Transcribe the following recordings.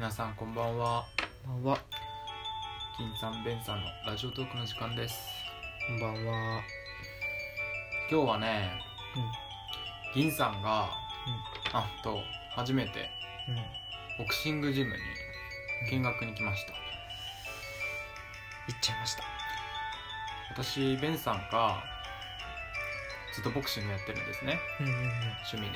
皆さんこんばんは。 こんばんは。 金さんベンさんのラジオトークの時間です。 こんばんは。 今日はね、銀さんが、初めてボクシングジムに見学に来ました。 行っちゃいました。 私ベンさんがずっとボクシングやってるんですね、趣味で、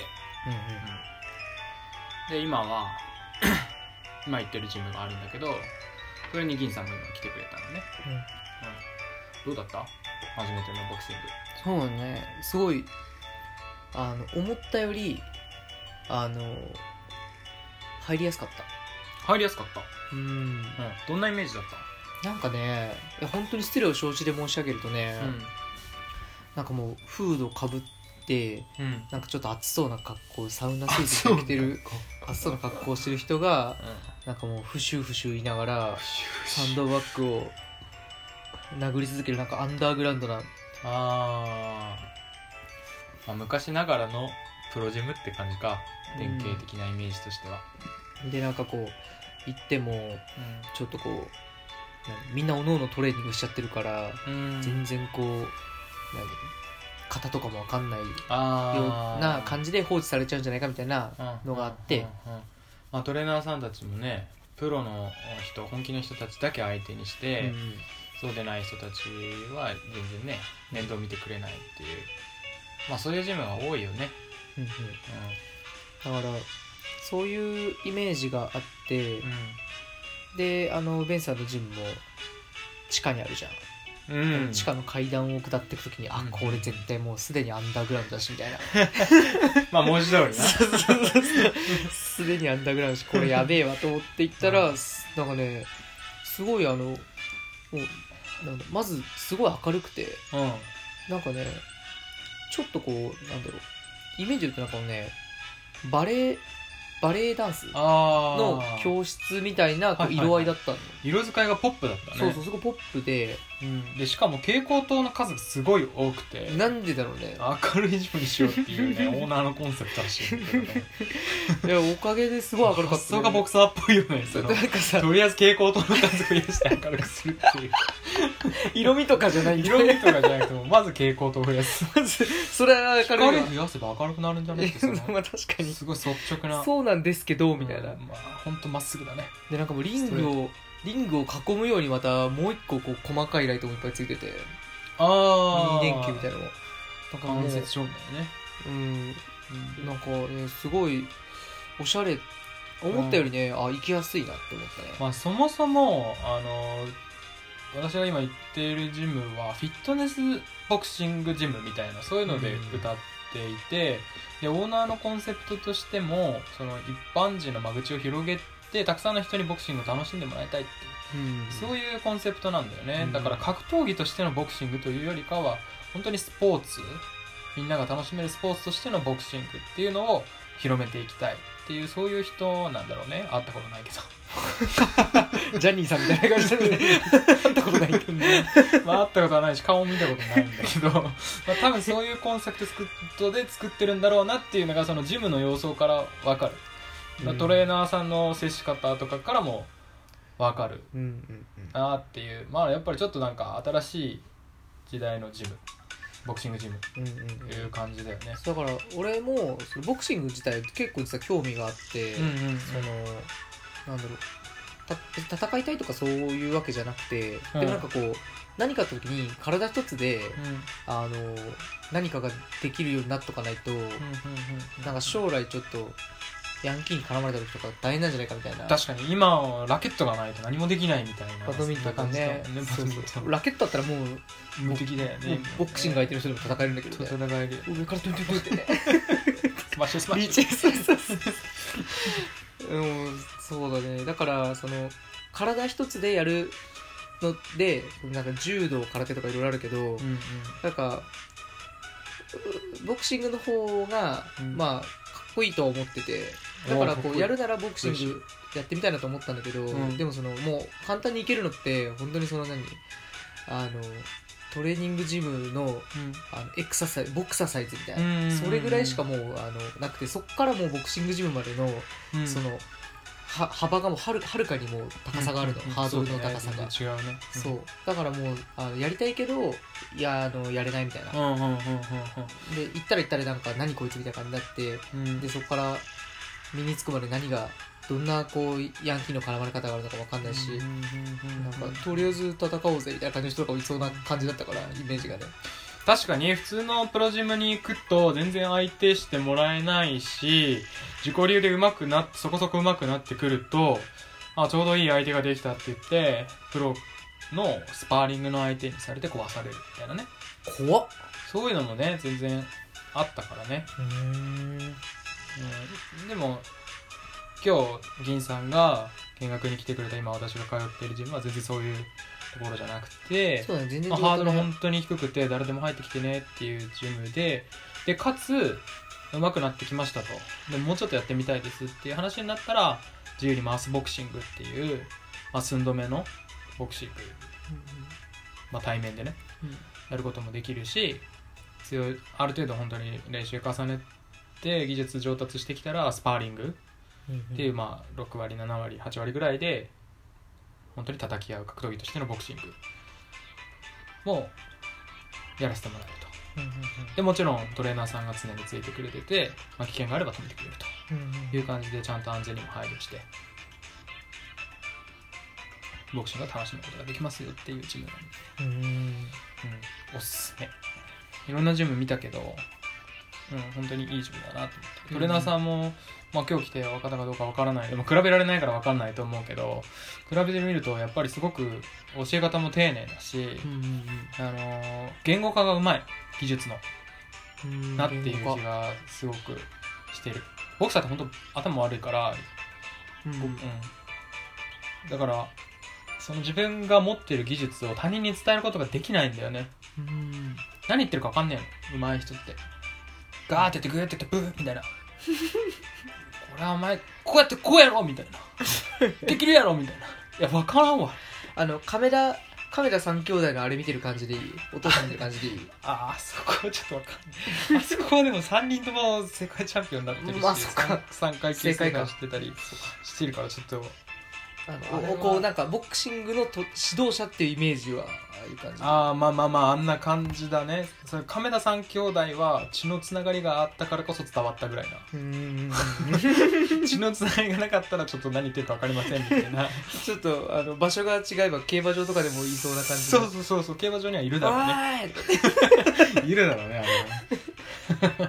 で今は今行ってるジムがあるんだけど、それに銀さんも今来てくれたのね、どうだった？初めてのボクシング。 そうね、すごい思ったより入りやすかった。 入りやすかった。どんなイメージだった？ なんかね、いや本当に失礼を承知で申し上げるとね、なんかもうフードかぶって、なんかちょっと暑そうな格好、サウナスーツ着てる暑そうな格好をしてる人が、なんかもうフシュフシュ言いながらサンドバッグを殴り続ける、なんかアンダーグラウンドな、 昔ながらのプロジムって感じか、典型的なイメージとしては。 でなんかこう行っても、ちょっとこうみんなおのおのトレーニングしちゃってるから、全然こう型とかも分かんないような感じで放置されちゃうんじゃないかみたいなのがあって、 トレーナーさんたちもね、プロの人、本気の人たちだけ相手にして、そうでない人たちは全然ね面倒見てくれないっていう、そういうジムが多いよね。 だからそういうイメージがあって、でベンさんのジムも地下にあるじゃん。地下の階段を下っていくときに、これ絶対もうすでにアンダーグラウンドだしみたいな文字通りなすでにアンダーグラウンドだし、これやべえわと思って行ったら、なんかね、すごいもうなんだ、まずすごい明るくて、なんかね、ちょっとこうなんだろう、イメージで言うとなんかね、バレエダンスの教室みたいな色合いだったの。 色使いがポップだったね。 そう、すごいポップで、 でしかも蛍光灯の数がすごい多くて、 なんでだろうね、 明るいジムにしようっていうねオーナーのコンセプトらしいんだけどね。 いや、おかげですごい明るかった、ね。 発想がボクサーっぽいよね。なんかさ、とりあえず蛍光灯の数増やして明るくするっていう色味とかじゃないんだ、 色味とかじゃなくてもまず蛍光灯を増やす。 まずそれは明るい。 光増やせば明るくなるんじゃないって、 確かにすごい率直な、 そうなんですけどみたいな、 ほんとまっすぐだね。 でなんかもうリングを囲むようにまたもう一個こう細かいライトもいっぱいついてて、ミニ電球みたいなのもなんかもう間接照明ね。 なんかね、すごいおしゃれ、思ったよりね、行きやすいなって思ったね。 そもそも私が今行っているジムはフィットネスボクシングジムみたいな、そういうので歌っていて、でオーナーのコンセプトとしても、その一般人の間口を広げてたくさんの人にボクシングを楽しんでもらいたいっていう、そういうコンセプトなんだよね。だから格闘技としてのボクシングというよりかは、本当にスポーツ、みんなが楽しめるスポーツとしてのボクシングっていうのを広めていきたいっていう、そういう人なんだろうね。会ったことないけどジャニーさんみたいな感じで会ったことないけどね会ったことはないし、顔も見たことないんだけど多分そういうコンセプトで作ってるんだろうなっていうのが、そのジムの様相から分かる。トレーナーさんの接し方とかからも分かるなっていう、やっぱりちょっとなんか新しい時代のジム、ボクシングジムっていう感じだよね。 だから俺もそのボクシング自体結構実は興味があって、そのなんだろう、戦いたいとかそういうわけじゃなくて、でもなんかこう何かあった時に体一つで、何かができるようになっとかないと、なんか将来ちょっとヤンキーに絡まれた時とか大変なんじゃないかみたいな。 確かに今はラケットがないと何もできないみたいな。 バドミントンね、ラケットあったらもう無敵だよね。 ボクシング相手の人でも戦えるんだけど、 戦える。 上からトゥントゥントゥンってねスマッシュスマッシュ。 リーチそうだね。だからその体一つでやるので、なんか柔道空手とかいろいろあるけど、なんかボクシングの方がかっこいいとは思ってて、だからこうやるならボクシングやってみたいなと思ったんだけど、でもそのもう簡単にいけるのって本当にそのトレーニングジムの、エクササイズ、ボクササイズみたいな、それぐらいしかもうなくて、そっからもうボクシングジムまでの、その幅がもうはるかにもう高さがあるの、ハードルの高さが、 違うね、 そうだからもうやりたいけどやれないみたいな、で行ったらなんか何こいつみたいな感じになって、でそこから身につくまで何がどんなこうヤンキーの絡まれ方があるのか分かんないし、なんかとりあえず戦おうぜみたいな感じの人がいそうな感じだったから、イメージがね。 確かに普通のプロジムに行くと全然相手してもらえないし、自己流でそこそこ上手くなってくると、ちょうどいい相手ができたって言ってプロのスパーリングの相手にされて壊されるみたいなね。 怖っ。 そういうのもね全然あったからね。でも今日銀さんが見学に来てくれた今私が通っているジムは全然そういうところじゃなくて、 そうだね、全然ハードル本当に低くて誰でも入ってきてねっていうジムでかつ上手くなってきましたと。でもうちょっとやってみたいですっていう話になったら、自由にマスボクシングっていう、寸止めのボクシング、対面でね、やることもできるし、ある程度本当に練習重ねて技術上達してきたらスパーリングっていう、6割7割8割ぐらいで本当に叩き合う格闘技としてのボクシングもやらせてもらえると。でもちろんトレーナーさんが常についてくれてて、危険があれば止めてくれるという感じで、ちゃんと安全にも配慮してボクシングを楽しむことができますよっていうジムなんで、おすすめ。いろんなジム見たけど、本当にいいジムだなと思った。トレーナーさんも、今日来て分かったかどうか分からない、でも比べられないから分かんないと思うけど、比べてみるとやっぱりすごく教え方も丁寧だし、言語化がうまい、技術のなっていう気がすごくしてる。ボクサーって本当頭悪いから、だからその自分が持っている技術を他人に伝えることができないんだよね。何言ってるか分かんねえの、上手い人って。ガーってやってグーってやってブーみたいなこれはお前こうやってこうやろみたいなできるやろみたいな。いや分からんわ。 亀田三兄弟のあれ見てる感じでいい？お父さん見てる感じでいい？ そこはちょっと分かんない。あそこはでも3人とも世界チャンピオンになってるし、3回決勝がしてたりしてるから、ちょっとこうなんかボクシングの指導者っていうイメージはああいう感じ。 あんな感じだね。それ亀田三兄弟は血のつながりがあったからこそ伝わったぐらいな。血のつながりがなかったらちょっと何言ってるか分かりませんみたいな。 ちょっと場所が違えば競馬場とかでもいそうな感じ。 そう競馬場にはいるだろうね。いるだろうね、あれは。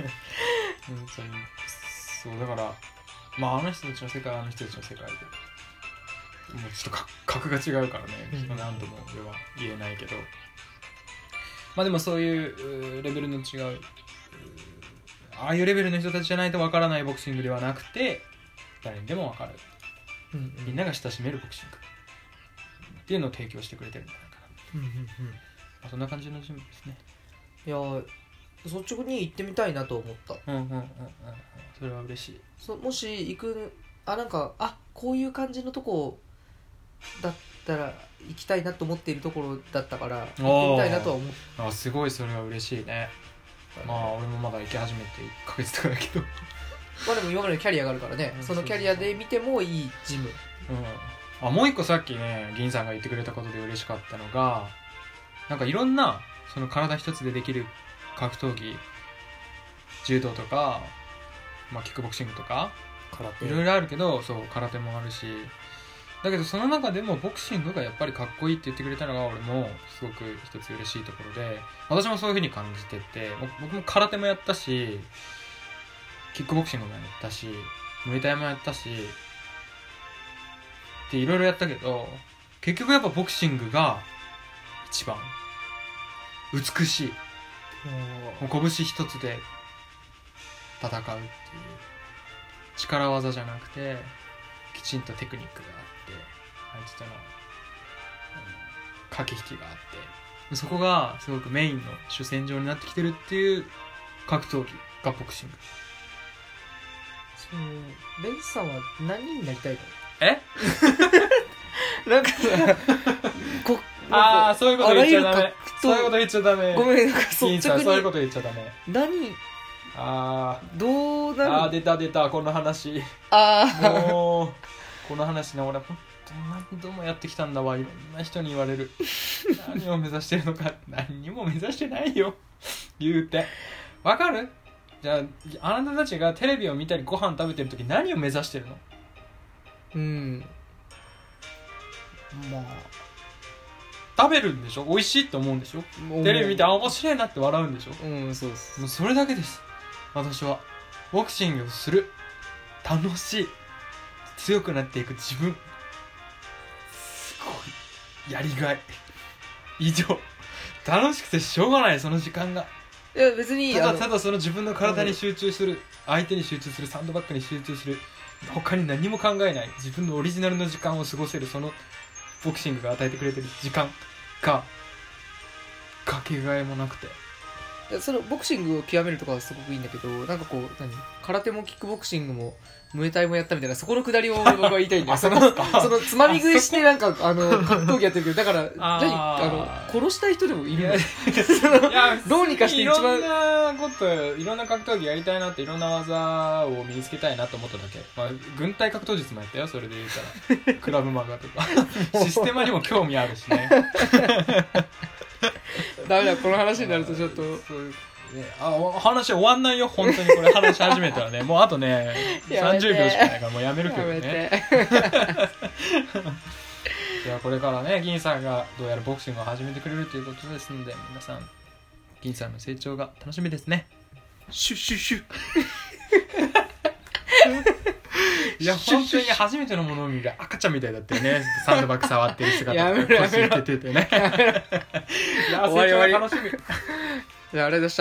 そうだからあの人たちの世界はあの人たちの世界でもうちょっと格が違うからね、何度も俺は言えないけど、でもそういうレベルの違う、ああいうレベルの人たちじゃないとわからないボクシングではなくて、誰にでもわかる、みんなが親しめるボクシングっていうのを提供してくれてるんじゃないかな。そんな感じのジムですね。 いや率直に行ってみたいなと思った。 それは嬉しい。 もし行くなんかこういう感じのとこだったら行きたいなと思っているところだったから行ってみたいなとは思う。 すごいそれは嬉しいね。俺もまだ行き始めて1ヶ月とかだけどでも今までのキャリアがあるからね、そのキャリアで見てもいいジム。 もう一個さっきね銀さんが言ってくれたことで嬉しかったのが、なんかいろんなその体一つでできる格闘技、柔道とか、キックボクシングとかいろいろあるけど、空手もあるし、だけどその中でもボクシングがやっぱりかっこいいって言ってくれたのが俺もすごく一つ嬉しいところで、私もそういう風に感じてて、僕も空手もやったし、キックボクシングもやったし、ムエタイもやったしっていろいろやったけど、結局やっぱボクシングが一番美しい。拳一つで戦うっていう力技じゃなくて、きちんとテクニックがあって、相手との駆け引きがあって、そこがすごくメインの主戦場になってきてるっていう格闘技がボクシング。 ベンさんは何になりたいの？なんかそういうこと言っちゃダメ。そういうこと言っちゃダメ。 ごめん、 そういうこと言っちゃダメ。 どうなる。 出たこの話。もうこの話ね、俺本当に何度もやってきたんだわ。いろんな人に言われる。何を目指してるのか。何にも目指してないよ、言うて。わかる？じゃああなたたちがテレビを見たりご飯食べてる時何を目指してるの？まあ食べるんでしょ、美味しいって思うんでしょ、テレビ見て面白いなって笑うんでしょ。 そうです。 もうそれだけです。私はボクシングをする、楽しい、強くなっていく自分、すごいやりがい、以上。楽しくてしょうがない、その時間が。 いや別にただその自分の体に集中する、相手に集中する、サンドバッグに集中する、他に何も考えない自分のオリジナルの時間を過ごせる、そのボクシングが与えてくれてる時間がかけがえもなくて。 そのボクシングを極めるとかはすごくいいんだけど、なんかこう空手もキックボクシングもムエタイもやったみたいな、そこのくだりを僕は言いたいんだよ。そのつまみ食いしてなんか格闘技やってるけど、だから殺したい人でもいるの。いやどうにかして一番いろんな格闘技やりたいなって、いろんな技を身につけたいなと思っただけ。軍隊格闘術もやったよ、それで言ったら。クラブマガとかシステマにも興味あるしね。 ダメだ、この話になるとちょっと話終わんないよ、本当に。これ話し始めたらね、もうあとね30秒しかないからもうやめるけどね。いや、これからね、銀さんがどうやらボクシングを始めてくれるということですので、皆さん銀さんの成長が楽しみですね。シュッシュッシュッ。いや本当に初めてのものを見る赤ちゃんみたいだったよね。サンドバッグ触ってる姿やめろ腰入れててね。いや、成長が楽しみ。 いや、あれでした。